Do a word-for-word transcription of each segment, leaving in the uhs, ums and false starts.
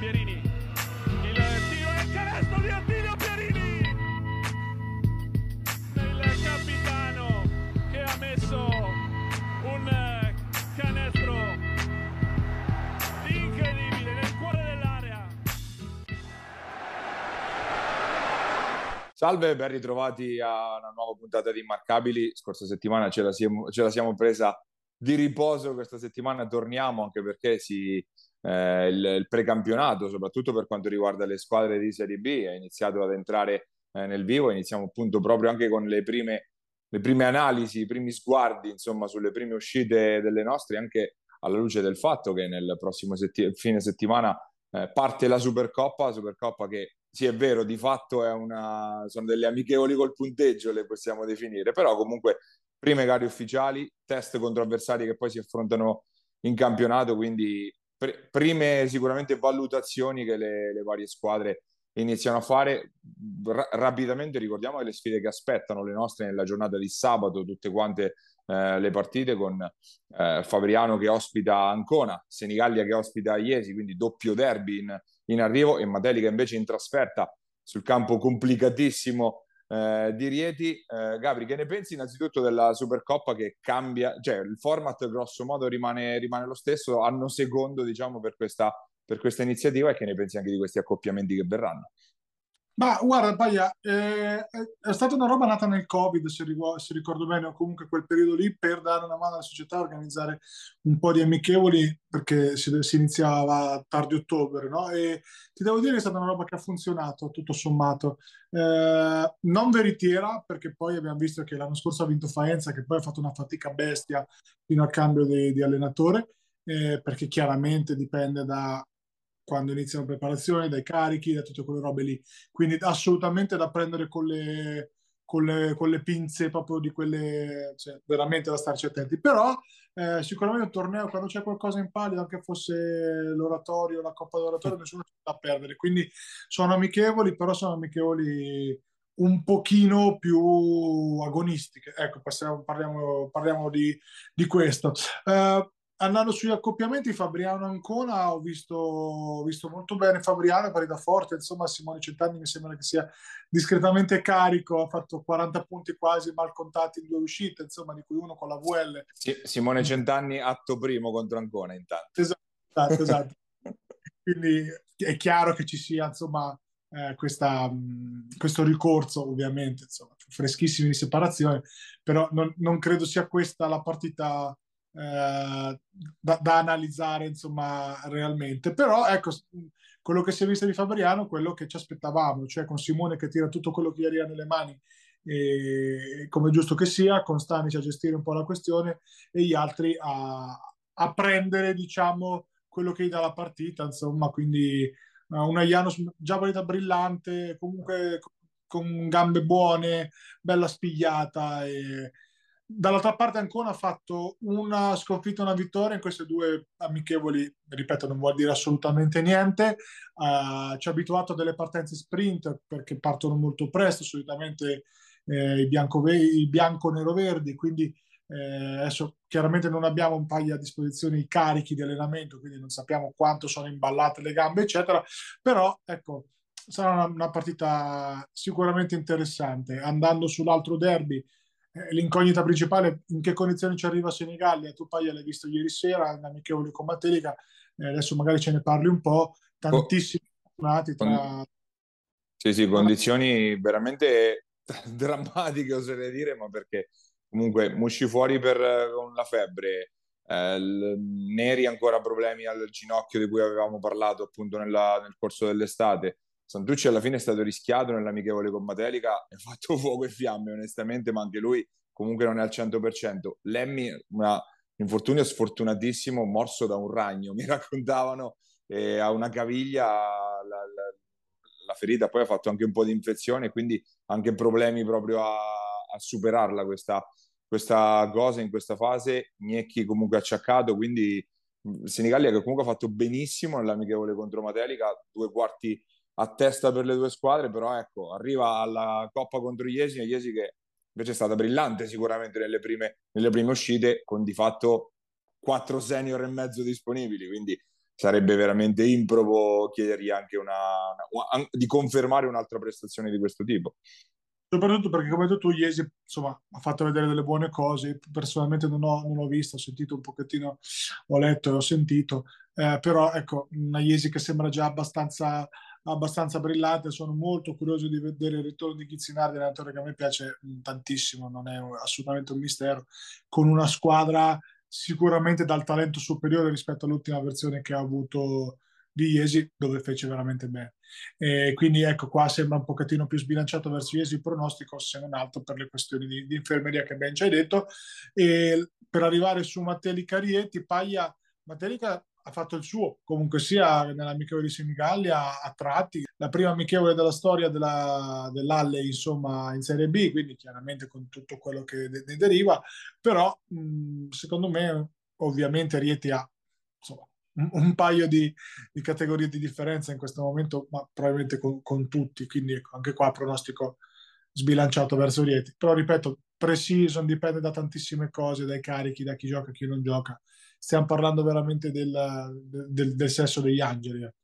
Pierini, il tiro e il canestro di Attilio Pierini, il capitano che ha messo un canestro incredibile nel cuore dell'area. Salve, ben ritrovati a una nuova puntata di Immarcabili. Scorsa settimana ce la siamo, ce la siamo presa di riposo, questa settimana torniamo anche perché si, eh, il, il precampionato, soprattutto per quanto riguarda le squadre di Serie B, è iniziato ad entrare eh, nel vivo. Iniziamo appunto proprio anche con le prime, le prime analisi, i primi sguardi, insomma, sulle prime uscite delle nostre, anche alla luce del fatto che nel prossimo setti- fine settimana eh, parte la Supercoppa, Supercoppa che sì, è vero, di fatto è una, sono delle amichevoli col punteggio, le possiamo definire, però comunque prime gare ufficiali, test contro avversari che poi si affrontano in campionato, quindi pr- prime sicuramente valutazioni che le, le varie squadre iniziano a fare. Ra- rapidamente ricordiamo che le sfide che aspettano le nostre nella giornata di sabato, tutte quante eh, le partite con eh, Fabriano che ospita Ancona, Senigallia che ospita Iesi, quindi doppio derby in in arrivo, e Matelica invece in trasferta sul campo complicatissimo eh, di Rieti. Eh, Gabri, che ne pensi innanzitutto della Supercoppa che cambia, cioè il format grosso modo rimane, rimane lo stesso, anno secondo diciamo per questa, per questa iniziativa, e che ne pensi anche di questi accoppiamenti che verranno? Ma guarda, Paia, eh, è, è stata una roba nata nel Covid, se, rigu- se ricordo bene, o comunque quel periodo lì, per dare una mano alla società a organizzare un po' di amichevoli, perché si, si iniziava tardi ottobre, no? E ti devo dire che è stata una roba che ha funzionato, tutto sommato. Eh, non veritiera, perché poi abbiamo visto che l'anno scorso ha vinto Faenza, che poi ha fatto una fatica bestia fino al cambio di, di allenatore, eh, perché chiaramente dipende da quando iniziano le preparazioni, dai carichi, da tutte quelle robe lì. Quindi assolutamente da prendere con le, con le, con le pinze proprio di quelle, cioè, veramente da starci attenti. Però eh, sicuramente un torneo, quando c'è qualcosa in palio, anche fosse l'oratorio, la Coppa d'Oratorio, nessuno c'è da perdere. Quindi sono amichevoli, però sono amichevoli un pochino più agonistiche. Ecco, passiamo- parliamo, parliamo di, di questo. Eh, Andando sugli accoppiamenti, Fabriano Ancona, ho visto, ho visto molto bene Fabriano, partita forte, insomma Simone Centanni mi sembra che sia discretamente carico, ha fatto quaranta punti quasi mal contati in due uscite, insomma, di cui uno con la V L. Sì, Simone Centanni, atto primo contro Ancona intanto. Esatto, esatto. Quindi è chiaro che ci sia, insomma, eh, questa, mh, questo ricorso, ovviamente, insomma, freschissimi di separazione, però non, non credo sia questa la partita eh, da, da analizzare, insomma, realmente. Però, ecco, quello che si è visto di Fabriano, quello che ci aspettavamo, cioè con Simone che tira tutto quello che gli arriva nelle mani, e, come è giusto che sia, con Stanic a gestire un po' la questione e gli altri a, a prendere, diciamo, quello che gli dà la partita, insomma, quindi uh, una Janus già partita brillante, comunque con gambe buone, bella spigliata. E dall'altra parte Ancona ha fatto una sconfitta e una vittoria in queste due amichevoli, ripeto, non vuol dire assolutamente niente. Uh, ci ha abituato a delle partenze sprint perché partono molto presto, solitamente eh, i, bianco- i bianco-nero-verdi, quindi eh, adesso chiaramente non abbiamo un paio a disposizione i carichi di allenamento, quindi non sappiamo quanto sono imballate le gambe, eccetera. Però ecco, sarà una, una partita sicuramente interessante. Andando sull'altro derby, eh, l'incognita principale: in che condizioni ci arriva Senigallia? Tu poi l'hai visto ieri sera, in amichevole con Matelica, eh, adesso magari ce ne parli un po'. Co- Tantissimi fortunati con- tra... sì, sì, tra... condizioni veramente drammatiche, oserei dire, ma perché comunque usci fuori per, eh, con la febbre, eh, il- Neri ancora problemi al ginocchio di cui avevamo parlato appunto nella- nel corso dell'estate. Santucci alla fine è stato rischiato nell'amichevole con Matelica, ha fatto fuoco e fiamme onestamente, ma anche lui comunque non è al cento per cento. Lemmy, una- un infortunio sfortunatissimo, morso da un ragno, mi raccontavano, e ha una caviglia, la, la- la ferita poi ha fatto anche un po' di infezione, quindi anche problemi proprio a, a superarla questa, questa cosa in questa fase. Gnecchi comunque acciaccato, quindi Senigallia che comunque ha fatto benissimo nell'amichevole contro Matelica, due quarti a testa per le due squadre, però ecco, arriva alla Coppa contro Iesi, e Iesi che invece è stata brillante sicuramente nelle prime, nelle prime uscite, con di fatto quattro senior e mezzo disponibili, quindi sarebbe veramente improbo chiedergli anche una, una, di confermare un'altra prestazione di questo tipo. Soprattutto perché, come hai detto tu, Iesi, insomma, ha fatto vedere delle buone cose. Personalmente non ho, non ho visto, ho sentito un pochettino, ho letto e ho sentito, eh, però ecco, una Iesi che sembra già abbastanza, abbastanza brillante. Sono molto curioso di vedere il ritorno di Chizzinardi, allenatore che a me piace tantissimo, non è assolutamente un mistero, con una squadra sicuramente dal talento superiore rispetto all'ultima versione che ha avuto di Iesi, dove fece veramente bene. E quindi ecco, qua sembra un pochettino più sbilanciato verso Iesi il pronostico, se non altro per le questioni di, di infermeria che ben ci hai detto. E per arrivare su Matelica Rieti, Paglia, Matelica ha fatto il suo, comunque sia nell'amichevole di Senigallia a tratti, la prima amichevole della storia della, dell'Alle, insomma, in Serie B, quindi chiaramente con tutto quello che ne deriva, però mh, secondo me ovviamente Rieti ha insomma, un, un paio di, di categorie di differenza in questo momento, ma probabilmente con, con tutti, quindi ecco, anche qua pronostico sbilanciato verso Rieti. Però ripeto, pre-season dipende da tantissime cose, dai carichi, da chi gioca, chi non gioca. Stiamo parlando veramente del, del, del sesso degli angeli. Eh.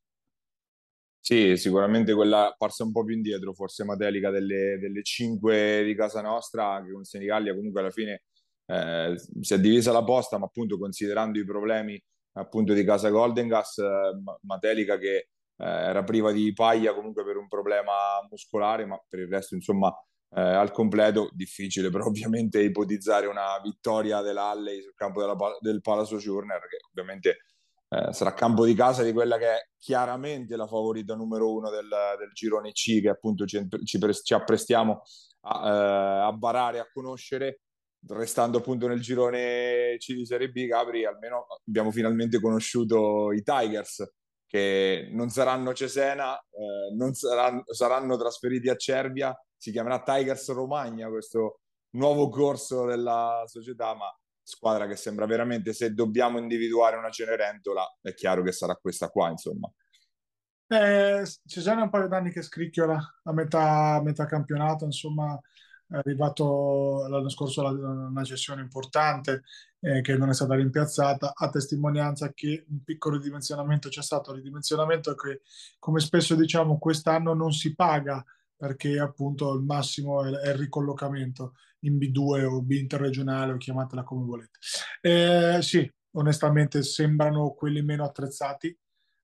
Sì, sicuramente quella passa un po' più indietro, forse Matelica delle, delle cinque di casa nostra, che con Senigallia comunque alla fine eh, si è divisa la posta, ma appunto considerando i problemi appunto di casa Golden Gas, eh, Matelica che eh, era priva di Paglia comunque per un problema muscolare, ma per il resto insomma eh, al completo difficile, però ovviamente ipotizzare una vittoria dell'Halley sul campo della, del Palazzo Ciurner, che ovviamente eh, sarà campo di casa di quella che è chiaramente la favorita numero uno del, del girone C, che appunto ci, ci, ci apprestiamo a, eh, a barare, a conoscere. Restando appunto nel girone C di Serie B, Capri, almeno abbiamo finalmente conosciuto i Tigers, che non saranno Cesena, eh, non saranno, saranno trasferiti a Cervia, si chiamerà Tigers Romagna questo nuovo corso della società, ma squadra che sembra veramente, se dobbiamo individuare una Cenerentola, è chiaro che sarà questa qua, insomma. Eh, Cesare è un paio d'anni che scricchiola a metà, a metà campionato, insomma, è arrivato l'anno scorso la- una cessione importante eh, che non è stata rimpiazzata, a testimonianza che un piccolo ridimensionamento c'è stato, ridimensionamento che, come spesso diciamo, quest'anno non si paga perché appunto il massimo è, è il ricollocamento in B due o B interregionale o chiamatela come volete. Eh, sì, onestamente sembrano quelli meno attrezzati.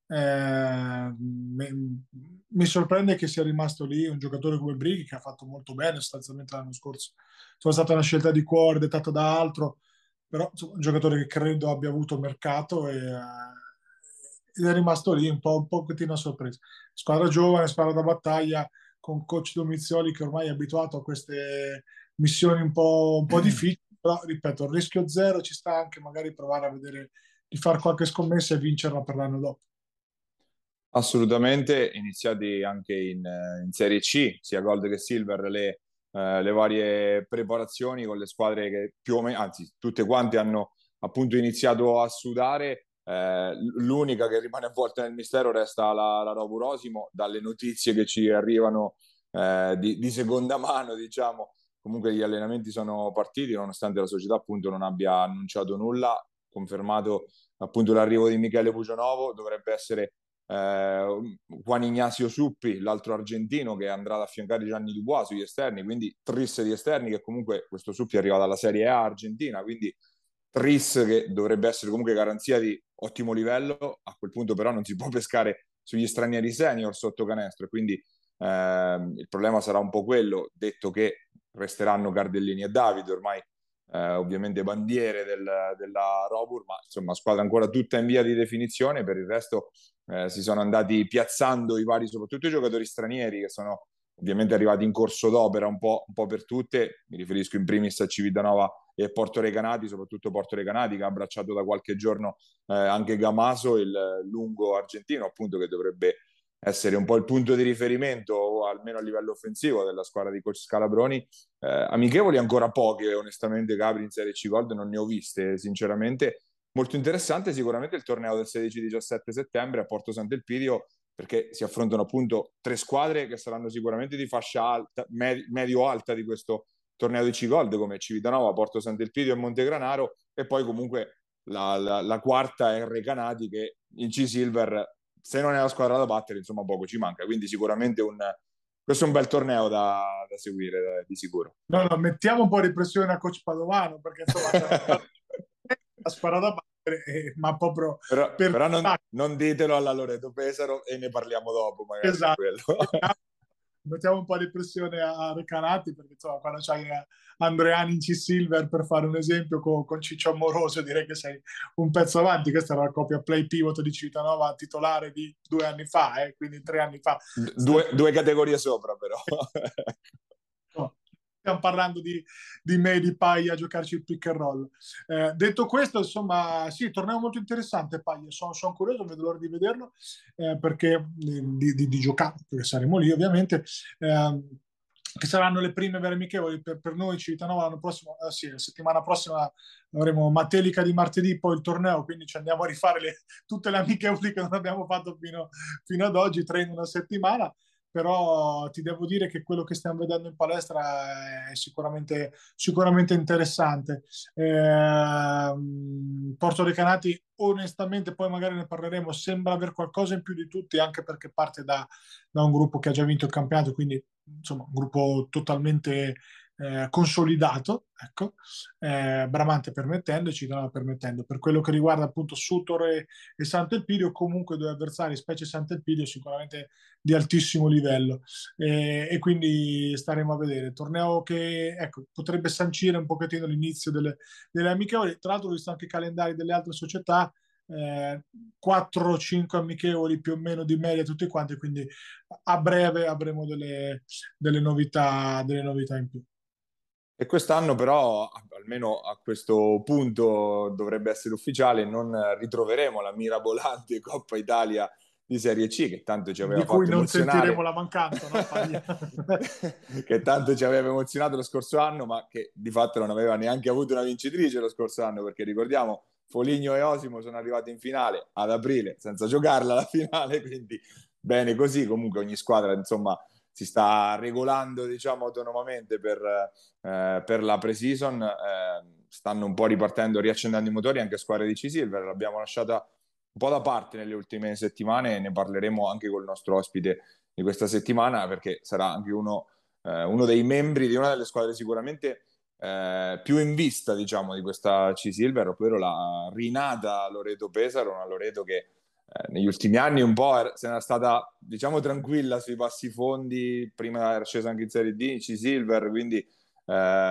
Eh, mi, mi sorprende che sia rimasto lì un giocatore come Brighi che ha fatto molto bene sostanzialmente l'anno scorso. Sono stata una scelta di cuore dettata da altro, però insomma, un giocatore che credo abbia avuto mercato e, eh, ed è rimasto lì un po', un pochettino a sorpresa. Squadra giovane, squadra da battaglia, con coach Domizioli che ormai è abituato a queste missioni un po', un po' difficili, però ripeto, il rischio zero ci sta anche magari provare a vedere di fare qualche scommessa e vincerla per l'anno dopo. Assolutamente, iniziati anche in, in Serie C, sia Gold che Silver, le, eh, le varie preparazioni con le squadre che più o meno, anzi, tutte quante hanno appunto iniziato a sudare. Eh, l'unica che rimane avvolta nel mistero resta la, la Rovo Rosimo, dalle notizie che ci arrivano eh, di, di seconda mano, diciamo. Comunque gli allenamenti sono partiti, nonostante la società appunto non abbia annunciato nulla, confermato appunto l'arrivo di Michele Pucionovo, dovrebbe essere eh, Juan Ignacio Suppi, l'altro argentino che andrà ad affiancare Gianni Dubois sugli esterni, quindi tris di esterni, che comunque questo Suppi arriva dalla Serie A argentina, quindi tris che dovrebbe essere comunque garanzia di ottimo livello. A quel punto però non si può pescare sugli stranieri senior sotto canestro, quindi ehm, il problema sarà un po' quello, detto che resteranno Cardellini e Davide ormai eh, ovviamente bandiere del, della Robur, ma insomma squadra ancora tutta in via di definizione. Per il resto eh, si sono andati piazzando i vari, soprattutto i giocatori stranieri che sono ovviamente arrivati in corso d'opera un po', un po' per tutte. Mi riferisco in primis a Civitanova e Porto Recanati, soprattutto Porto Recanati che ha abbracciato da qualche giorno eh, anche Gamaso, il lungo argentino, appunto, che dovrebbe essere un po' il punto di riferimento, almeno a livello offensivo, della squadra di coach Scalabroni. Eh, amichevoli ancora poche, onestamente, Capri in Serie C Gold non ne ho viste, sinceramente. Molto interessante sicuramente il torneo del sedici diciassette settembre a Porto Sant'Elpidio, perché si affrontano appunto tre squadre che saranno sicuramente di fascia alta, med- medio-alta di questo torneo di C Gold, come Civitanova, Porto Sant'Elpidio e Montegranaro, e poi comunque la, la, la quarta è Recanati, che in C-Silver, se non è la squadra da battere, insomma poco ci manca, quindi sicuramente un, questo è un bel torneo da, da seguire, da, di sicuro. No, no, mettiamo un po' di pressione a coach Padovano, perché insomma la squadra da battere, eh, ma proprio però, per... però non, non ditelo alla Loreto Pesaro e ne parliamo dopo magari. Esatto. Quello. Mettiamo un po' di pressione a Recanati, perché insomma quando c'hai Andreani in C-Silver, per fare un esempio, con, con Ciccio Amoroso, direi che sei un pezzo avanti. Questa era la coppia play pivot di Civitanova titolare di due anni fa, eh, quindi tre anni fa. Due, due categorie sopra però. No, stiamo parlando di, di me, di Paglia, a giocarci il pick and roll. Eh, detto questo, insomma, sì, torneo molto interessante, Paglia. Sono, sono curioso, vedo l'ora di vederlo, eh, perché di, di, di giocare, perché saremo lì ovviamente. Eh, che saranno le prime vere amichevoli per, per noi Civitanova l'anno prossimo, eh, sì, la settimana prossima avremo Matelica di martedì, poi il torneo, quindi ci andiamo a rifare le, tutte le amichevoli che non abbiamo fatto fino, fino ad oggi, tre in una settimana. Però ti devo dire che quello che stiamo vedendo in palestra è sicuramente, sicuramente interessante. Eh, Porto Recanati, onestamente, poi magari ne parleremo, sembra aver qualcosa in più di tutti, anche perché parte da, da un gruppo che ha già vinto il campionato, quindi insomma un gruppo totalmente eh, consolidato, ecco, eh, Bramante permettendo e Cittadella permettendo. Per quello che riguarda appunto Sutor e, e Sant'Elpidio, comunque due avversari, specie Sant'Elpidio, sicuramente di altissimo livello, e, e quindi staremo a vedere. Torneo che ecco, potrebbe sancire un pochettino l'inizio delle, delle amichevoli. Tra l'altro ho visto anche i calendari delle altre società, eh, quattro cinque amichevoli più o meno di media tutti quanti, quindi a breve avremo delle, delle novità, delle novità in più. E quest'anno però, almeno a questo punto dovrebbe essere ufficiale, non ritroveremo la mirabolante Coppa Italia di Serie C, che tanto ci aveva Di cui fatto non sentiremo emozionare, la mancanza, no? che tanto ci aveva emozionato lo scorso anno, ma che di fatto non aveva neanche avuto una vincitrice lo scorso anno, perché ricordiamo, Foligno e Osimo sono arrivati in finale ad aprile senza giocarla la finale, quindi bene così. Comunque ogni squadra, insomma, si sta regolando, diciamo, autonomamente per, eh, per la pre-season, eh, stanno un po' ripartendo, riaccendendo i motori anche squadre di C-Silver, l'abbiamo lasciata un po' da parte nelle ultime settimane e ne parleremo anche col nostro ospite di questa settimana, perché sarà anche uno, eh, uno dei membri di una delle squadre sicuramente eh, più in vista, diciamo, di questa C-Silver, ovvero la rinata Loreto Pesaro, una Loreto che eh, negli ultimi anni un po' era, se n'era stata, diciamo, tranquilla sui passi fondi, prima era scesa anche in Serie D, C-Silver, quindi eh,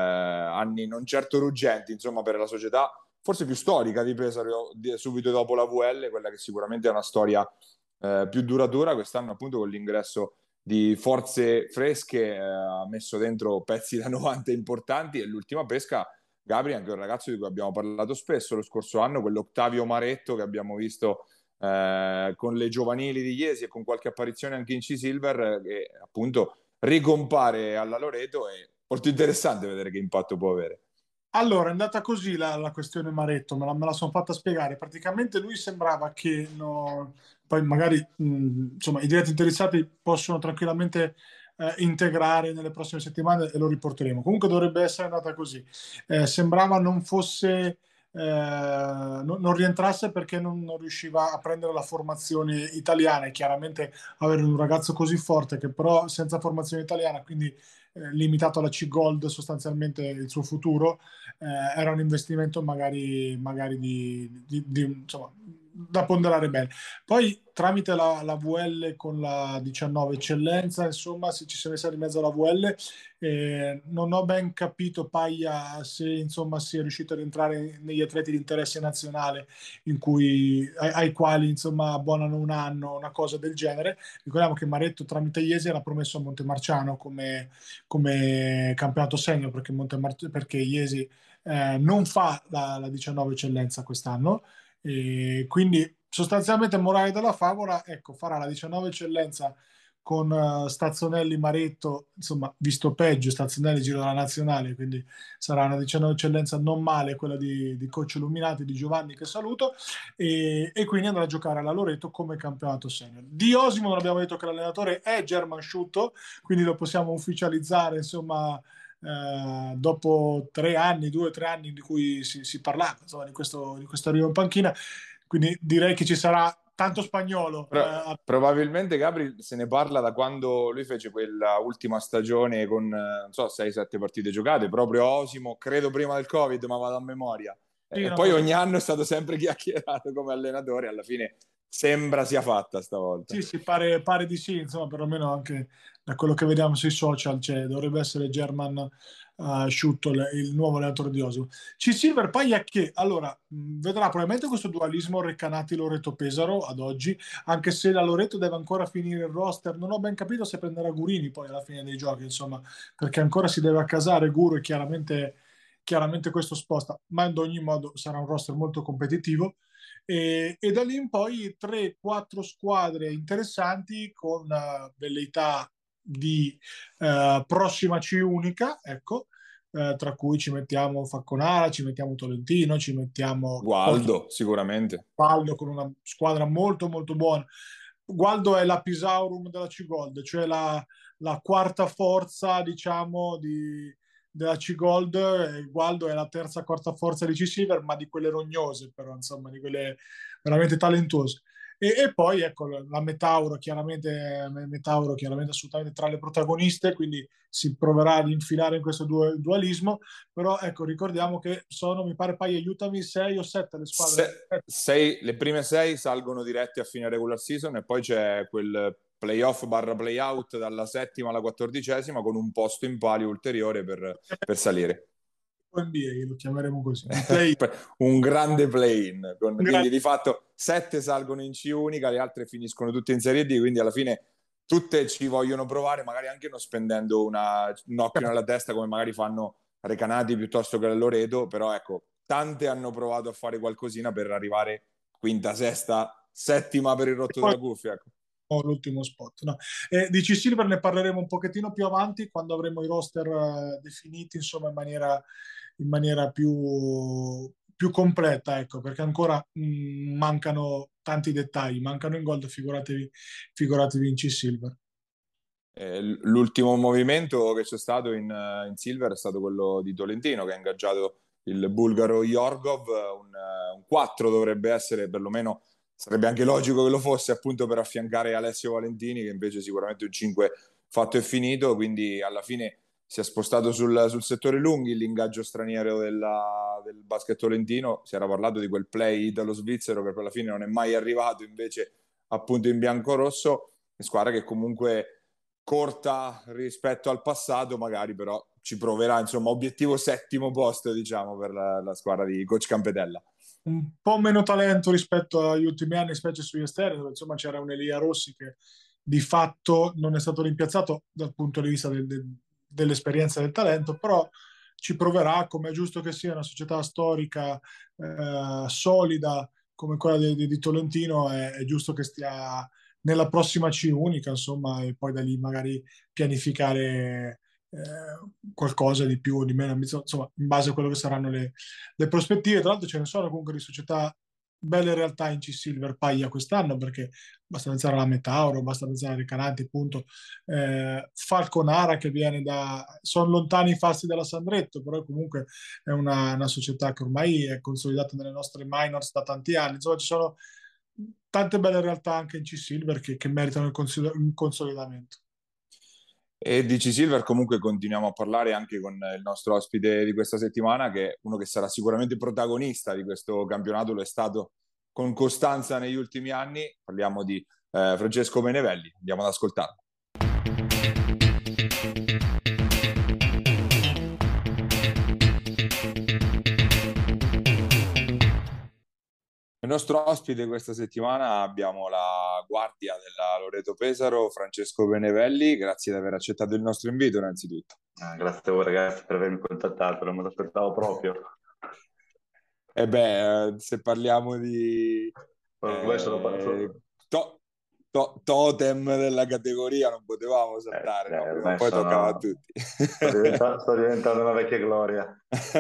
anni non certo ruggenti, insomma, per la società forse più storica di Pesaro, di, subito dopo la V L, quella che sicuramente è una storia eh, più duratura. Quest'anno appunto con l'ingresso di forze fresche eh, ha messo dentro pezzi da novanta importanti, e l'ultima pesca Gabri, anche un ragazzo di cui abbiamo parlato spesso lo scorso anno, quell'Ottavio Maretto che abbiamo visto eh, con le giovanili di Iesi e con qualche apparizione anche in C-Silver, che appunto ricompare alla Loreto, e molto interessante vedere che impatto può avere. Allora, è andata così la, la questione Maretto, me la, me la sono fatta spiegare. Praticamente lui sembrava che, no, poi magari mh, insomma, i diretti interessati possono tranquillamente eh, integrare nelle prossime settimane e lo riporteremo. Comunque dovrebbe essere andata così. Eh, sembrava non fosse, eh, non, non rientrasse perché non, non riusciva a prendere la formazione italiana, e chiaramente avere un ragazzo così forte che però senza formazione italiana, quindi eh, limitato alla C-Gold sostanzialmente il suo futuro, eh, era un investimento magari, magari di, di, di, insomma, da ponderare bene. Poi tramite la, la V L con la diciannove eccellenza, insomma, se ci si è messa di mezzo la V L, eh, non ho ben capito Paglia se insomma si è riuscito ad entrare negli atleti di interesse nazionale in cui, ai, ai quali insomma abbonano un anno, una cosa del genere. Ricordiamo che Maretto tramite Iesi era promesso a Montemarciano come, come campionato senior, perché, Montemar- perché Iesi eh, non fa la, la diciannove eccellenza quest'anno, e quindi sostanzialmente morale della favola, ecco, farà la diciannove eccellenza con uh, Stazzonelli, Maretto, insomma, visto peggio, Stazzonelli giro della nazionale, quindi sarà una diciannove eccellenza non male, quella di, di coach Illuminati, di Giovanni, che saluto, e, e quindi andrà a giocare alla Loreto come campionato senior. Di Osimo non abbiamo detto che l'allenatore è German Sciutto, quindi lo possiamo ufficializzare, insomma, eh, dopo tre anni, due o tre anni di cui si, si parlava, insomma, di questo, di questo arrivo in panchina, quindi direi che ci sarà tanto spagnolo. Pro- eh, probabilmente Gabri se ne parla da quando lui fece quella ultima stagione con, eh, non so, sei sette partite giocate, proprio Osimo, credo prima del Covid, ma vado a memoria. sì, E una poi cosa. ogni anno è stato sempre chiacchierato come allenatore, alla fine sembra sia fatta stavolta. Sì, sì, pare, pare di sì, insomma, perlomeno anche da quello che vediamo sui social, cioè, dovrebbe essere German uh, Schuttel, il nuovo allenatore di Osimo. C. Silver Paglia che, allora, mh, vedrà probabilmente questo dualismo Recanati-Loreto-Pesaro ad oggi, anche se la Loreto deve ancora finire il roster, non ho ben capito se prenderà Gurini poi alla fine dei giochi, insomma, perché ancora si deve accasare Guru e chiaramente, chiaramente questo sposta, ma ad ogni modo sarà un roster molto competitivo. E, e da lì in poi tre quattro squadre interessanti con uh, velleità di uh, prossima C unica, ecco, uh, tra cui ci mettiamo Falconara, ci mettiamo Tolentino, ci mettiamo Porto Gualdo, sicuramente. Pallo con una squadra molto molto buona. Gualdo è la Pisaurum della C-Gold, cioè la, la quarta forza, diciamo, di, della C-Gold. E Gualdo è la terza, quarta forza di C-Silver, ma di quelle rognose, però, insomma, di quelle veramente talentuose. E, e poi, ecco, la Metauro, chiaramente, Metauro, chiaramente assolutamente tra le protagoniste, quindi si proverà ad infilare in questo dualismo, però, ecco, ricordiamo che sono, mi pare, poi aiutami, sei o sette le squadre. Se- sei- le prime sei salgono diretti a fine regular season e poi c'è quel playoff barra playout dalla settima alla quattordicesima con un posto in palio ulteriore per, per salire. N B A, lo chiameremo così, un play. Un grande play-in, con, Un quindi grande... di fatto sette salgono in C unica, le altre finiscono tutte in Serie D, quindi alla fine tutte ci vogliono provare, magari anche non spendendo una, un occhio nella testa come magari fanno Recanati piuttosto che Loreto, però ecco, tante hanno provato a fare qualcosina per arrivare quinta, sesta, settima per il rotto Poi della cuffia. Ecco. oh, l'ultimo spot. No. Eh, di C-Silver ne parleremo un pochettino più avanti quando avremo i roster eh, definiti insomma in maniera, in maniera più, più completa, ecco, perché ancora mh, mancano tanti dettagli, mancano in gold, figuratevi, figuratevi in C-Silver. Eh, l'ultimo movimento che c'è stato in, in Silver è stato quello di Tolentino che ha ingaggiato il bulgaro Yorgov, un, un quattro dovrebbe essere, perlomeno sarebbe anche logico che lo fosse appunto per affiancare Alessio Valentini che invece sicuramente un cinque fatto e finito, quindi alla fine si è spostato sul, sul settore lunghi l'ingaggio straniero della, del basket tolentino, si era parlato di quel play italo-svizzero che per la fine non è mai arrivato, invece appunto in bianco-rosso, squadra che comunque corta rispetto al passato, magari però ci proverà, insomma, obiettivo settimo posto, diciamo, per la, la squadra di Coach Campetella. Un po' meno talento rispetto agli ultimi anni, specie sugli esterni, dove insomma c'era un Elia Rossi che di fatto non è stato rimpiazzato dal punto di vista del, del, dell'esperienza e del talento, però ci proverà, come è giusto che sia una società storica eh, solida come quella di, di, di Tolentino, è, è giusto che stia nella prossima C unica, insomma, e poi da lì magari pianificare eh, qualcosa di più o di meno ambizioso, insomma, in base a quello che saranno le, le prospettive. Tra l'altro ce ne sono comunque di società belle realtà in C-Silver Paglia quest'anno, perché basta pensare alla Metauro, basta pensare a Recanati, appunto, eh, Falconara che viene da... sono lontani i fasti della Sandretto, però comunque è una, una società che ormai è consolidata nelle nostre minors da tanti anni, insomma ci sono tante belle realtà anche in C-Silver che, che meritano il, consol- il consolidamento. E di C-Silver comunque continuiamo a parlare anche con il nostro ospite di questa settimana, che è uno che sarà sicuramente protagonista di questo campionato, lo è stato con costanza negli ultimi anni. Parliamo di eh, Francesco Benevelli, andiamo ad ascoltarlo. Il nostro ospite questa settimana abbiamo la guardia della Loreto Pesaro, Francesco Benevelli. Grazie di aver accettato il nostro invito, innanzitutto. Ah, grazie a voi ragazzi per avermi contattato, non me lo aspettavo proprio. E beh, eh, se parliamo di Ormai sono eh, passato. to- to- totem della categoria non potevamo Eh, saltare, no? dai, Prima o ormai poi toccava a sono... tutti. sto diventando, sto diventando una vecchia gloria.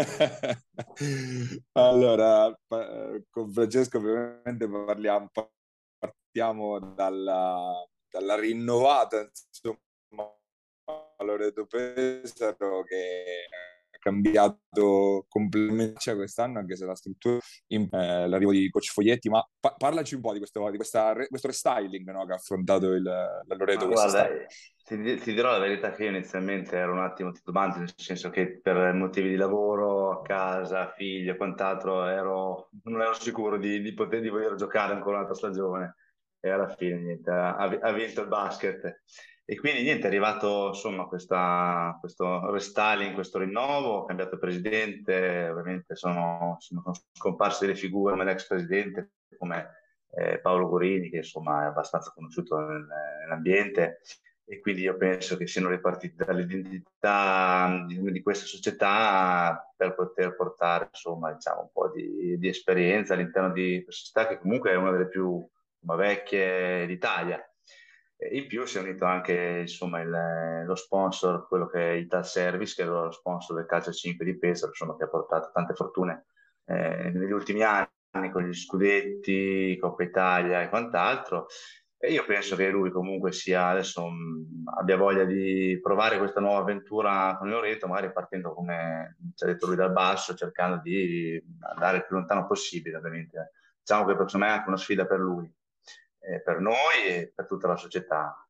Allora, pa- con Francesco ovviamente parliamo, partiamo dalla, dalla rinnovata, insomma, Loreto Pesaro, che è cambiato completamente quest'anno, anche se la struttura, in, eh, l'arrivo di Coach Foglietti, ma pa- parlaci un po' di questo, di questa, questo restyling, no, che ha affrontato il, la Ma Loreto guarda, quest'estate. eh, ti, di- ti dirò la verità che io inizialmente ero un attimo titubante, nel senso che per motivi di lavoro, casa, figlio e quant'altro ero, non ero sicuro di, di poter di voler giocare ancora un'altra stagione e alla fine niente, ha, ha vinto il basket. E quindi niente, è arrivato insomma questa, questo restyling, questo rinnovo, ho cambiato presidente, ovviamente sono, sono scomparse delle figure come l'ex presidente, come eh, Paolo Gorini, che insomma è abbastanza conosciuto nel- nell'ambiente, e quindi io penso che siano ripartiti dall'identità di, di questa società per poter portare insomma diciamo un po' di, di esperienza all'interno di questa società che comunque è una delle più insomma, vecchie d'Italia. E in più si è unito anche insomma, il- lo sponsor, quello che è Ital Service, che è lo sponsor del calcio cinque di Pesaro, insomma, che ha portato tante fortune eh, negli ultimi anni con gli scudetti, Coppa Italia e quant'altro. E io penso che lui comunque sia adesso mh, abbia voglia di provare questa nuova avventura con il Loreto, magari partendo, come ci ha detto lui, dal basso, cercando di andare il più lontano possibile, ovviamente. Diciamo che per me è anche una sfida per lui, eh, per noi e per tutta la società.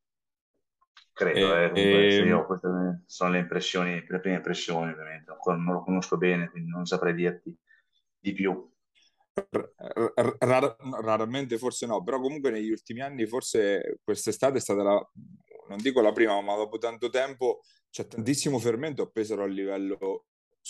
Credo, eh, E, comunque se e, io, queste sono le impressioni, le prime impressioni, ovviamente. Ancora non lo conosco bene, quindi non saprei dirti di più. r- r- rar- raramente forse no, però comunque negli ultimi anni forse quest'estate è stata la, non dico la prima, ma dopo tanto tempo c'è tantissimo fermento a Pesaro a livello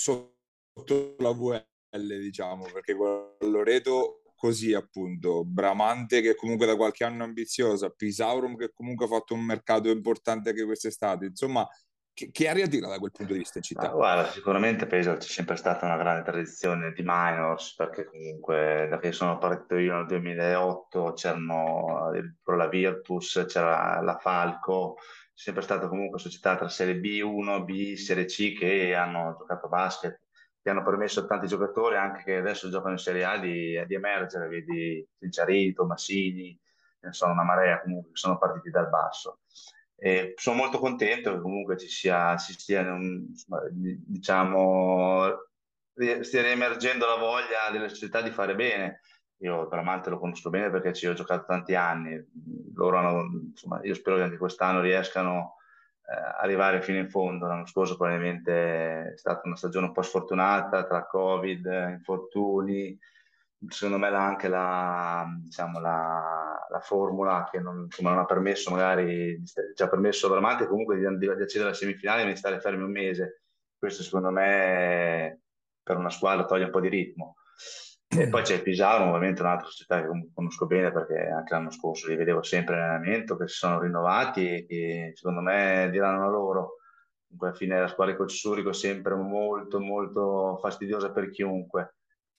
sotto la V L, diciamo, perché con Loreto così appunto, Bramante che comunque da qualche anno è ambiziosa, Pisaurum che comunque ha fatto un mercato importante anche quest'estate, insomma, che, che aria tira da quel punto di vista in Ma città? guarda, sicuramente penso che c'è sempre stata una grande tradizione di minors, perché comunque da che sono partito io nel duemilaotto c'erano il Pro la Virtus, c'era la Falco, c'è sempre stata comunque società tra Serie B uno, B, Serie C che hanno giocato a basket, che hanno permesso a tanti giocatori anche che adesso giocano in Serie A di, di emergere, vedi Cinciarito, Massini, ne sono una marea comunque che sono partiti dal basso. E sono molto contento che comunque ci sia, ci stia, un- insomma, di- diciamo, ri- stia riemergendo la voglia delle società di fare bene. Io Bramante lo conosco bene perché ci ho giocato tanti anni. Loro hanno, insomma, io spero che anche quest'anno riescano eh, a arrivare fino in fondo. L'anno scorso probabilmente è stata una stagione un po' sfortunata tra Covid, infortuni, secondo me là anche la, diciamo, la, la formula che non, come non ha permesso magari, ci ha permesso veramente comunque di, di accedere alle semifinali e di stare fermi un mese. Questo secondo me per una squadra toglie un po' di ritmo. E poi c'è il Pisaro, ovviamente un'altra società che comunque conosco bene perché anche l'anno scorso li vedevo sempre in allenamento, che si sono rinnovati e che secondo me diranno la loro. Comunque alla fine la squadra di Coach Surico è sempre molto molto fastidiosa per chiunque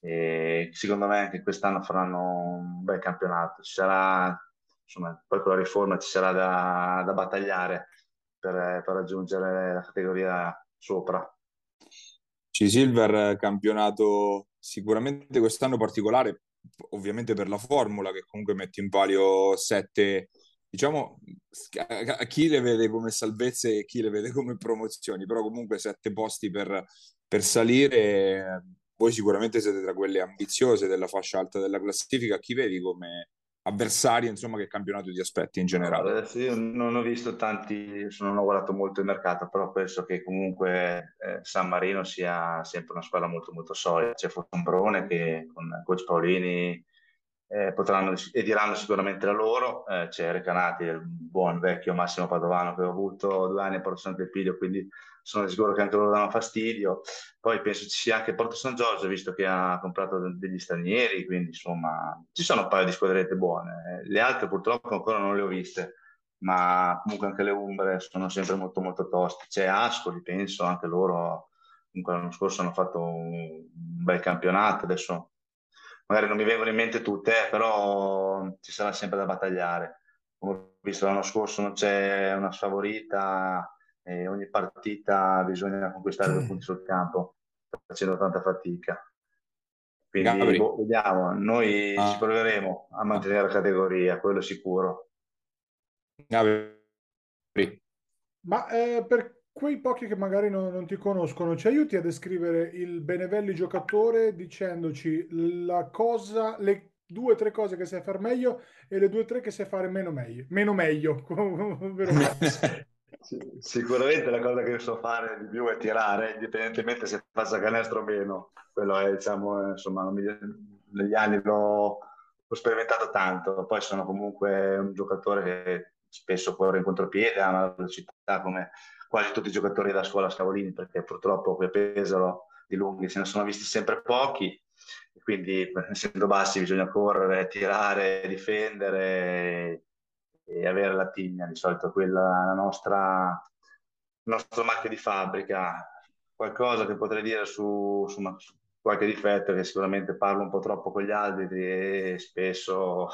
e secondo me anche quest'anno faranno un bel campionato. Ci sarà, insomma, poi con la riforma ci sarà da, da battagliare per, per raggiungere la categoria sopra. C-Silver campionato sicuramente quest'anno particolare, ovviamente per la formula che comunque mette in palio sette, diciamo, a a chi le vede come salvezze e chi le vede come promozioni, però comunque sette posti per, per salire. Voi sicuramente siete tra quelle ambiziose della fascia alta della classifica. Chi vedi come avversari, insomma, che campionato ti aspetti in Allora, generale? adesso io non ho visto tanti, adesso non ho guardato molto il mercato, però penso che comunque eh, San Marino sia sempre una squadra molto molto solida. C'è Fossombrone che con coach Paolini eh, potranno e diranno sicuramente la loro. Eh, c'è Recanati, il buon vecchio Massimo Padovano che ho avuto due anni a Porto Sant'Elpidio, quindi sono sicuro che anche loro danno fastidio. Poi penso ci sia anche Porto San Giorgio, visto che ha comprato degli stranieri, quindi insomma ci sono un paio di squadrette buone. Le altre purtroppo ancora non le ho viste, ma comunque anche le Umbre sono sempre molto molto toste. C'è Ascoli, penso, anche loro comunque l'anno scorso hanno fatto un, un bel campionato, adesso magari non mi vengono in mente tutte, eh, però ci sarà sempre da battagliare. Come ho visto l'anno scorso non c'è una sfavorita, e ogni partita bisogna conquistare due punti sul campo, facendo tanta fatica. Quindi Gabri, boh, vediamo, noi ci ah, proveremo a ah, mantenere la categoria, quello sicuro. Gabri. Ma eh, per quei pochi che magari non, non ti conoscono, ci aiuti a descrivere il Benevelli giocatore dicendoci la cosa, le due o tre cose che sai far meglio e le due o tre che sai fare meno meglio. Meno meglio, ovvero meno. Sì, sicuramente la cosa che so fare di più è tirare, indipendentemente se faccia canestro o meno. Quello è, diciamo, eh, insomma, non mi- negli anni l'ho l'ho sperimentato tanto. Poi sono comunque un giocatore che spesso corre in contropiede, ha una velocità come quasi tutti i giocatori della scuola Scavolini, perché purtroppo qui a Pesaro di lunghi se ne sono visti sempre pochi, e quindi essendo bassi bisogna correre, tirare, difendere e avere la tigna, di solito quella è la nostra, il nostro marchio di fabbrica. Qualcosa che potrei dire su, su una- su qualche difetto, che sicuramente parlo un po' troppo con gli altri e spesso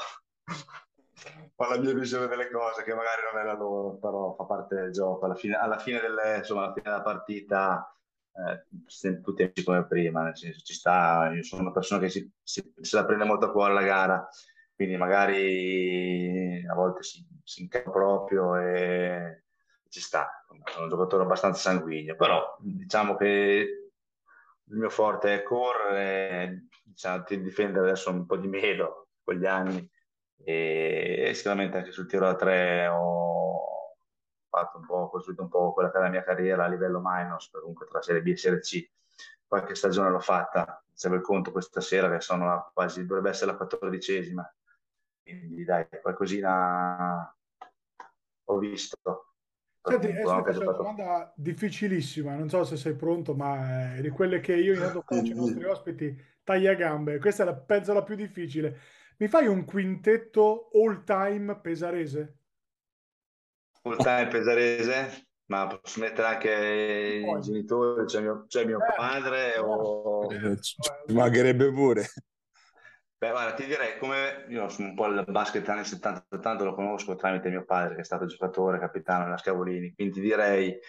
ho la mia visione delle cose che magari non è la loro, però fa parte del gioco. Alla fine, alla fine, delle, insomma, alla fine della partita eh, siamo tutti amici come prima, nel senso ci sta, io sono una persona che si, si- se la prende molto a cuore la gara, quindi magari a volte si, si incappa proprio e ci sta. Sono un giocatore abbastanza sanguigno, però diciamo che il mio forte è correre, diciamo, ti- difendere adesso un po' di meno con gli anni e, e sicuramente anche sul tiro da tre ho fatto un po', ho costruito un po' quella che è la mia carriera a livello minors, comunque tra Serie B e Serie C. Qualche stagione l'ho fatta, se il conto questa sera che sono a quasi, dovrebbe essere la quattordicesima, quindi dai, qualcosina ho visto. Senti, Comunque ho adesso ti anche faccio una giocato. domanda difficilissima, non so se sei pronto, ma è di quelle che io intanto faccio ai nostri Quindi, ospiti taglia-gambe. Questa è la, penso la più difficile. Mi fai un quintetto all-time pesarese? full time pesarese, ma posso mettere anche Chi i vuoi? genitori, cioè mio, cioè mio Certo, padre certo, o... Eh, certo. Ci ci Vabbè, ovviamente. mancherebbe pure. Beh, guarda, ti direi come io sono un po' il basket anni settanta ottanta lo conosco tramite mio padre che è stato giocatore, capitano nella Scavolini, quindi ti direi eh,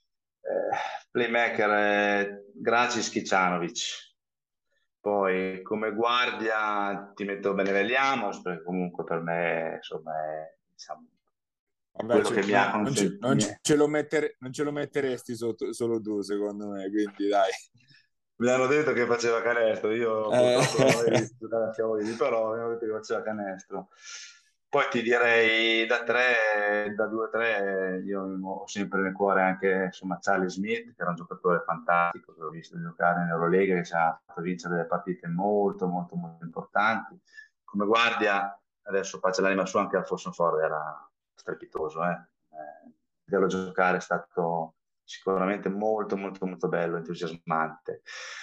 playmaker eh, Graci Schicanovic. Poi come guardia ti metto Benevelliamos perché comunque per me insomma è diciamo, Vabbè, quello che ce- mi ha no, non, ce, non consentito. ce lo mettere- non ce lo metteresti sotto- solo tu, secondo me, quindi dai. Mi hanno detto che faceva canestro, io Eh, purtroppo non l'ho mai visto giocare a Scavolini, però mi hanno detto che faceva canestro. Poi ti direi da tre, da due a tre, io ho sempre nel cuore anche insomma, Charlie Smith, che era un giocatore fantastico, che ho visto giocare in Eurolega, che ci ha fatto vincere delle partite molto, molto, molto importanti. Come guardia, adesso faccio l'anima sua anche Alfonso Ford, era strepitoso, eh. Eh, vederlo giocare è stato sicuramente molto molto molto bello, entusiasmante.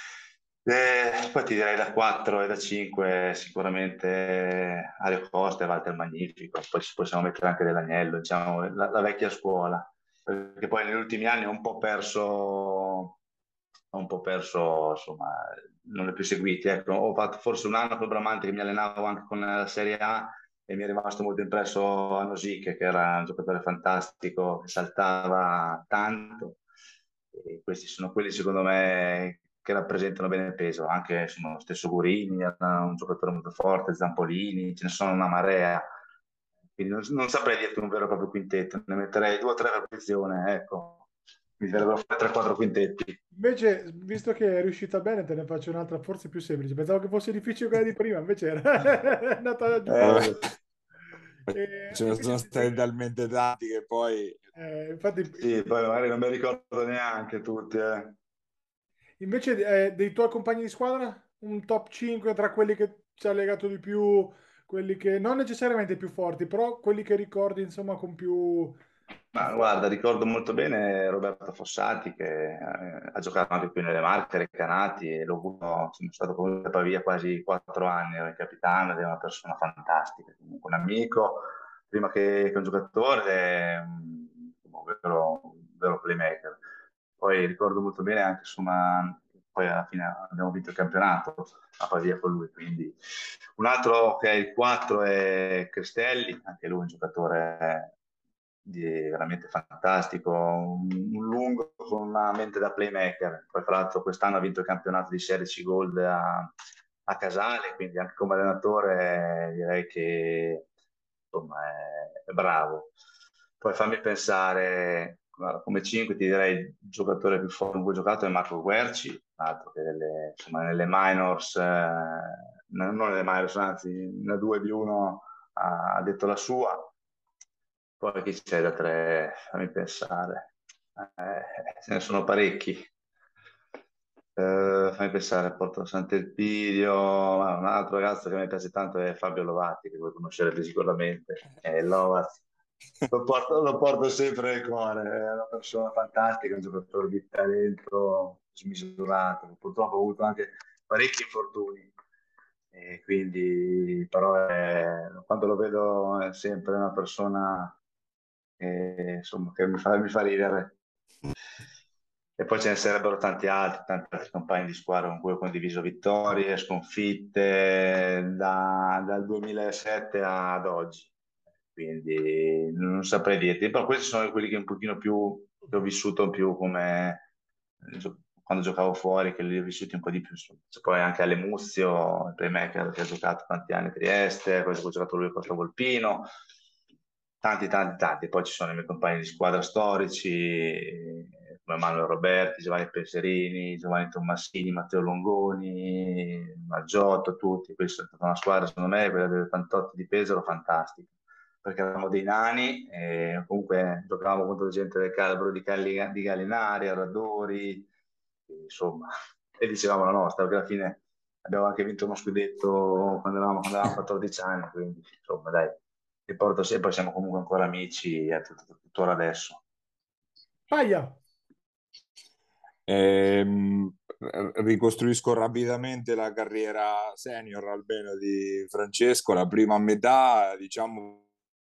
Eh, poi ti direi da quattro e da cinque sicuramente Ario Costa e Walter Magnifico, poi ci possiamo mettere anche dell'Agnello, diciamo la, la vecchia scuola, perché poi negli ultimi anni ho un po' perso, ho un po' perso, insomma, non li ho più seguiti. Ecco, ho fatto forse un anno con Bramante che mi allenavo anche con la Serie A e mi è rimasto molto impresso a Nosiche, che era un giocatore fantastico, che saltava tanto. E questi sono quelli, secondo me, che rappresentano bene il peso. Anche insomma, lo stesso Gurini era un giocatore molto forte, Zampolini, ce ne sono una marea. Quindi non, non saprei dirti un vero e proprio quintetto, ne metterei due o tre per posizione, ecco. Mi verrebbero fare tre quattro quintetti. Invece, visto che è riuscita bene, te ne faccio un'altra forse più semplice. Pensavo che fosse difficile quella di prima, invece era è andata giù vabbè, così. Eh, E ce ne sono invece, stati talmente tanti che poi... eh, infatti, sì, poi magari non mi ricordo neanche tutti, eh. invece eh, dei tuoi compagni di squadra, un top cinque tra quelli che ci ha legato di più, quelli che non necessariamente più forti, però quelli che ricordi insomma con più Ma affetto. guarda, ricordo molto bene Roberto Fossati che eh, ha giocato anche qui nelle Marche, Recanati e l'ho avuto, sono stato con lui a Pavia quasi quattro anni, era il capitano ed è una persona fantastica, comunque un amico, prima che, che un giocatore, è un, un vero, un vero playmaker. Poi ricordo molto bene anche insomma, poi alla fine abbiamo vinto il campionato a Pavia con lui, quindi un altro che è il quattro è Cristelli, anche lui un giocatore di- veramente fantastico, un, un lungo con una mente da playmaker. Poi, tra l'altro, quest'anno ha vinto il campionato di Serie C Gold a, a Casale, quindi anche come allenatore eh, direi che insomma, è, è bravo. Poi fammi pensare, guarda, come cinque ti direi il giocatore più forte con cui ho giocato è Marco Guerci, un altro che delle, insomma, nelle minors, eh, non nelle minors, anzi, nella due B uno ha, ha detto la sua. Poi chi c'è da tre? Fammi pensare. Eh, ce ne sono parecchi. Eh, fammi pensare, Porto Sant'Elpidio, ma un altro ragazzo che mi piace tanto è Fabio Lovati, che voi conoscerete sicuramente, è Lovati. Lo porto, lo porto sempre nel cuore, è una persona fantastica, un giocatore di talento smisurato. Purtroppo ha avuto anche parecchi infortuni, e quindi però è- quando lo vedo è sempre una persona che, insomma, che mi fa, mi fa ridere. E poi ce ne sarebbero tanti altri, tanti altri compagni di squadra con cui ho condiviso vittorie, sconfitte da- dal duemilasette ad oggi. Quindi non saprei dirti, però questi sono quelli che un pochino più che ho vissuto più come eh, gio- quando giocavo fuori, che li ho vissuti un po' di più. C'è poi anche Ale Muzio, il playmaker che ha giocato tanti anni a Trieste, poi ho giocato lui contro Volpino, tanti, tanti, tanti. Poi ci sono i miei compagni di squadra storici, eh, come Manuel Roberti, Giovanni Penserini, Giovanni Tommasini, Matteo Longoni, Maggiotto, tutti. Questa è stata una squadra, secondo me, quella dell'ottantotto di Pesaro, fantastica, perché eravamo dei nani e comunque giocavamo contro gente del calibro di, Calli- di Gallinari, Radori, insomma, e dicevamo la nostra, perché alla fine abbiamo anche vinto uno scudetto quando avevamo, quando avevamo quattordici anni, quindi insomma dai, ti porto sempre, siamo comunque ancora amici eh, tut- tut- tuttora adesso. Paia. Ehm, ricostruisco rapidamente la carriera senior almeno di Francesco, la prima metà, diciamo,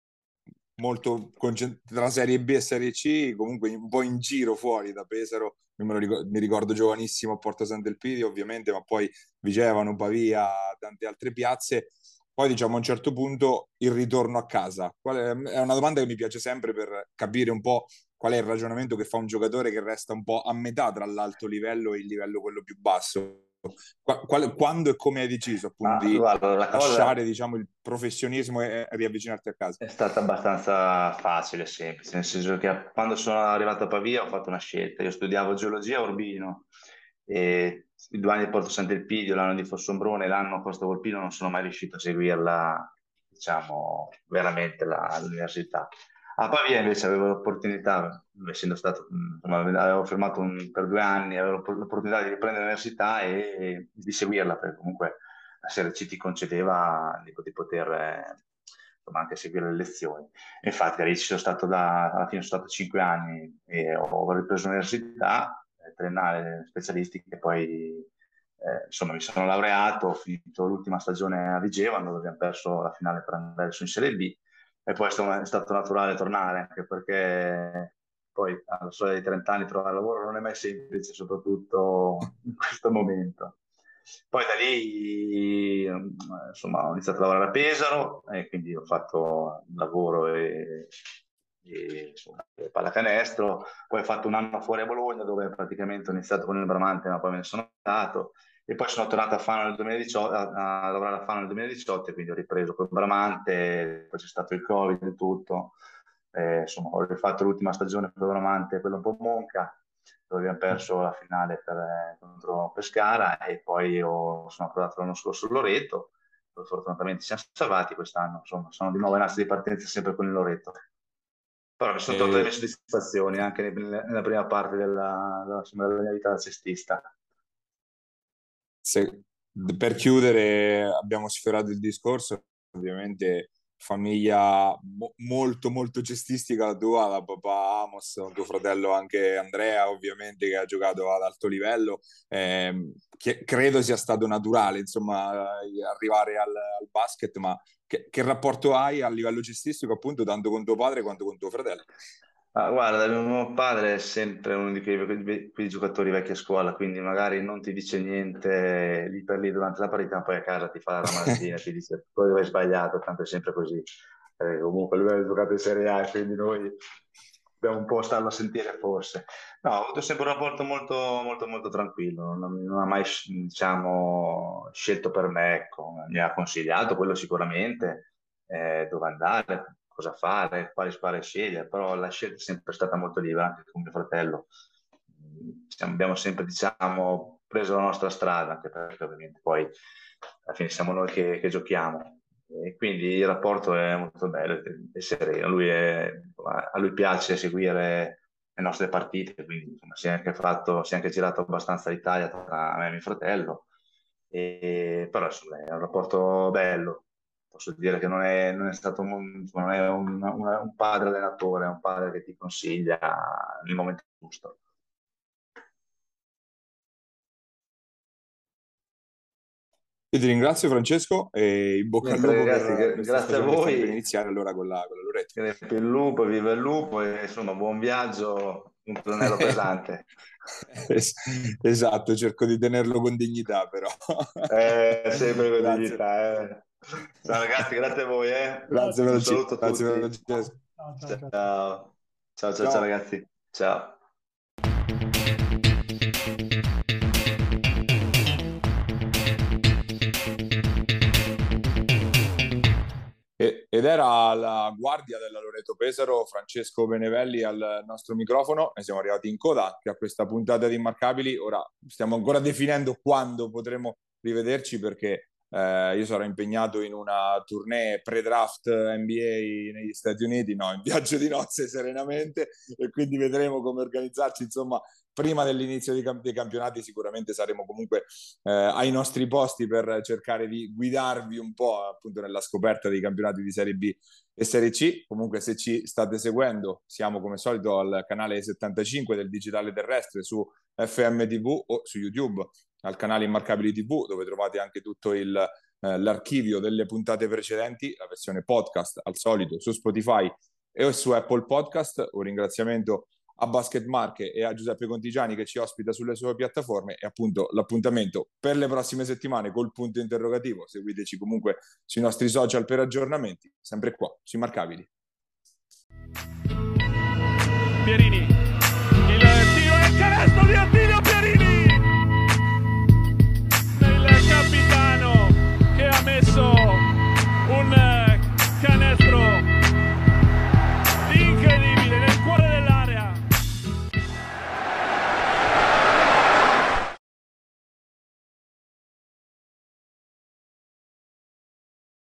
molto concent- tra Serie B e Serie C, comunque un po' in giro fuori da Pesaro. Io me lo ricordo, mi ricordo giovanissimo a Porto Sant'Elpidio, ovviamente, ma poi Vigevano, Pavia, tante altre piazze. Poi, diciamo, a un certo punto il ritorno a casa. Qual è, è una domanda che mi piace sempre per capire un po' qual è il ragionamento che fa un giocatore che resta un po' a metà tra l'alto livello e il livello quello più basso. Qua- qual- quando e come hai deciso appunto Ma di guarda, la cosa lasciare, diciamo, il professionismo e, e riavvicinarti a casa? è stata abbastanza facile e semplice, nel senso che quando sono arrivato a Pavia ho fatto una scelta. Io studiavo geologia a Urbino e i due anni di Porto Sant'Elpidio, l'anno di Fossombrone e l'anno a Costa Volpino non sono mai riuscito a seguirla, diciamo, veramente la- l'università. A Pavia invece avevo l'opportunità, essendo stato, insomma, avevo firmato un- per due anni, avevo l'opportunità di riprendere l'università e di seguirla, perché comunque la Serie C ti concedeva di, di poter eh, insomma, anche seguire le lezioni. E infatti lì ci sono stato da, alla fine sono stato cinque anni e ho ripreso l'università, eh, triennale specialistica e poi eh, insomma mi sono laureato, ho finito l'ultima stagione a Vigevano dove abbiamo perso la finale per andare su in Serie B e poi è stato, è stato naturale tornare anche perché poi alla soglia di trenta anni trovare lavoro non è mai semplice, soprattutto in questo momento. Poi da lì, ehm, insomma, ho iniziato a lavorare a Pesaro e quindi ho fatto lavoro e, e, insomma, e pallacanestro. Poi ho fatto un anno fuori a Bologna dove praticamente ho iniziato con il Bramante, ma poi me ne sono andato. E poi sono tornato a Fano nel duemiladiciotto, a, a lavorare a Fano nel duemiladiciotto e quindi ho ripreso col Bramante, poi c'è stato il Covid e tutto. Eh, insomma, ho rifatto l'ultima stagione con il Bramante, quella un po' monca, dove abbiamo perso la finale per, eh, contro Pescara e poi ho, sono approdato l'anno scorso a Loreto, dove fortunatamente siamo salvati quest'anno, insomma, sono di nuovo in assi di partenza sempre con il Loreto. Però mi sono tolte le mie E soddisfazioni anche nella, nella prima parte della, della, insomma, della mia vita da cestista. se- per chiudere, abbiamo sfiorato il discorso, ovviamente famiglia mo- molto molto cestistica la tua, da papà Amos, tuo fratello anche Andrea, ovviamente che ha giocato ad alto livello, ehm, che credo sia stato naturale, insomma, eh, arrivare al, al basket, ma che, che rapporto hai a livello cestistico appunto tanto con tuo padre quanto con tuo fratello? Ah, guarda, mio padre è sempre uno di quei, quei- quei giocatori vecchi a scuola, quindi magari non ti dice niente lì per lì durante la partita, ma poi a casa ti fa la ramanzina e ti dice poi dove hai sbagliato, tanto è sempre così. Eh, comunque lui ha giocato in Serie A, quindi noi dobbiamo un po' starlo a sentire forse. No, ho avuto sempre un rapporto molto, molto, molto tranquillo, non, non ha mai, diciamo, scelto per me, ecco. Mi ha consigliato quello sicuramente, eh, dove andare, cosa fare, quali squadre scegliere, però la scelta è sempre stata molto libera, anche con mio fratello. Siamo- abbiamo sempre, diciamo, preso la nostra strada, anche perché ovviamente poi alla fine siamo noi che, che giochiamo. E quindi il rapporto è molto bello e sereno. Lui è- a lui piace seguire le nostre partite, quindi insomma, si è anche fatto, si è anche girato abbastanza l'Italia tra me e mio fratello. E, però insomma, è un rapporto bello. Posso dire che non è, non è stato un, non è un, un- un padre allenatore, è un padre che ti consiglia nel momento giusto. Io ti ringrazio Francesco e in bocca al Niente, lupo ragazzi, per gra- questa grazie a stagione che state per voi. iniziare allora con la, con la Loreto. Crepi il lupo, viva il lupo e insomma, buon viaggio, un pannello pesante. Es- Esatto, cerco di tenerlo con dignità però. Eh, sempre con Grazie, dignità. Eh. Ciao ragazzi, grazie a voi. Eh. grazie Grazie. Un Franci- saluto a grazie tutti. Francesco. Ciao, ciao, ciao. Ciao, ciao, ciao, ciao Ciao. ragazzi. Ciao. E- Ed era la guardia della Loreto Pesaro, Francesco Benevelli al nostro microfono e siamo arrivati in coda anche a questa puntata di Immarcabili. Ora stiamo ancora definendo quando potremo rivederci perché eh, io sarò impegnato in una tournée pre-draft N B A negli Stati Uniti, no, in viaggio di nozze serenamente e quindi vedremo come organizzarci, insomma, prima dell'inizio dei, camp- dei campionati sicuramente saremo comunque eh, ai nostri posti per cercare di guidarvi un po' appunto nella scoperta dei campionati di Serie B e Serie C. Comunque se ci state seguendo siamo come solito al canale settantacinque del Digitale Terrestre su F M T V o su YouTube al canale Immarcabili T V dove trovate anche tutto il, eh, l'archivio delle puntate precedenti, la versione podcast al solito su Spotify e su Apple Podcast. Un ringraziamento a Basket Marche e a Giuseppe Contigiani che ci ospita sulle sue piattaforme e appunto l'appuntamento per le prossime settimane col punto interrogativo. Seguiteci comunque sui nostri social per aggiornamenti, sempre qua, su Immarcabili. Pierini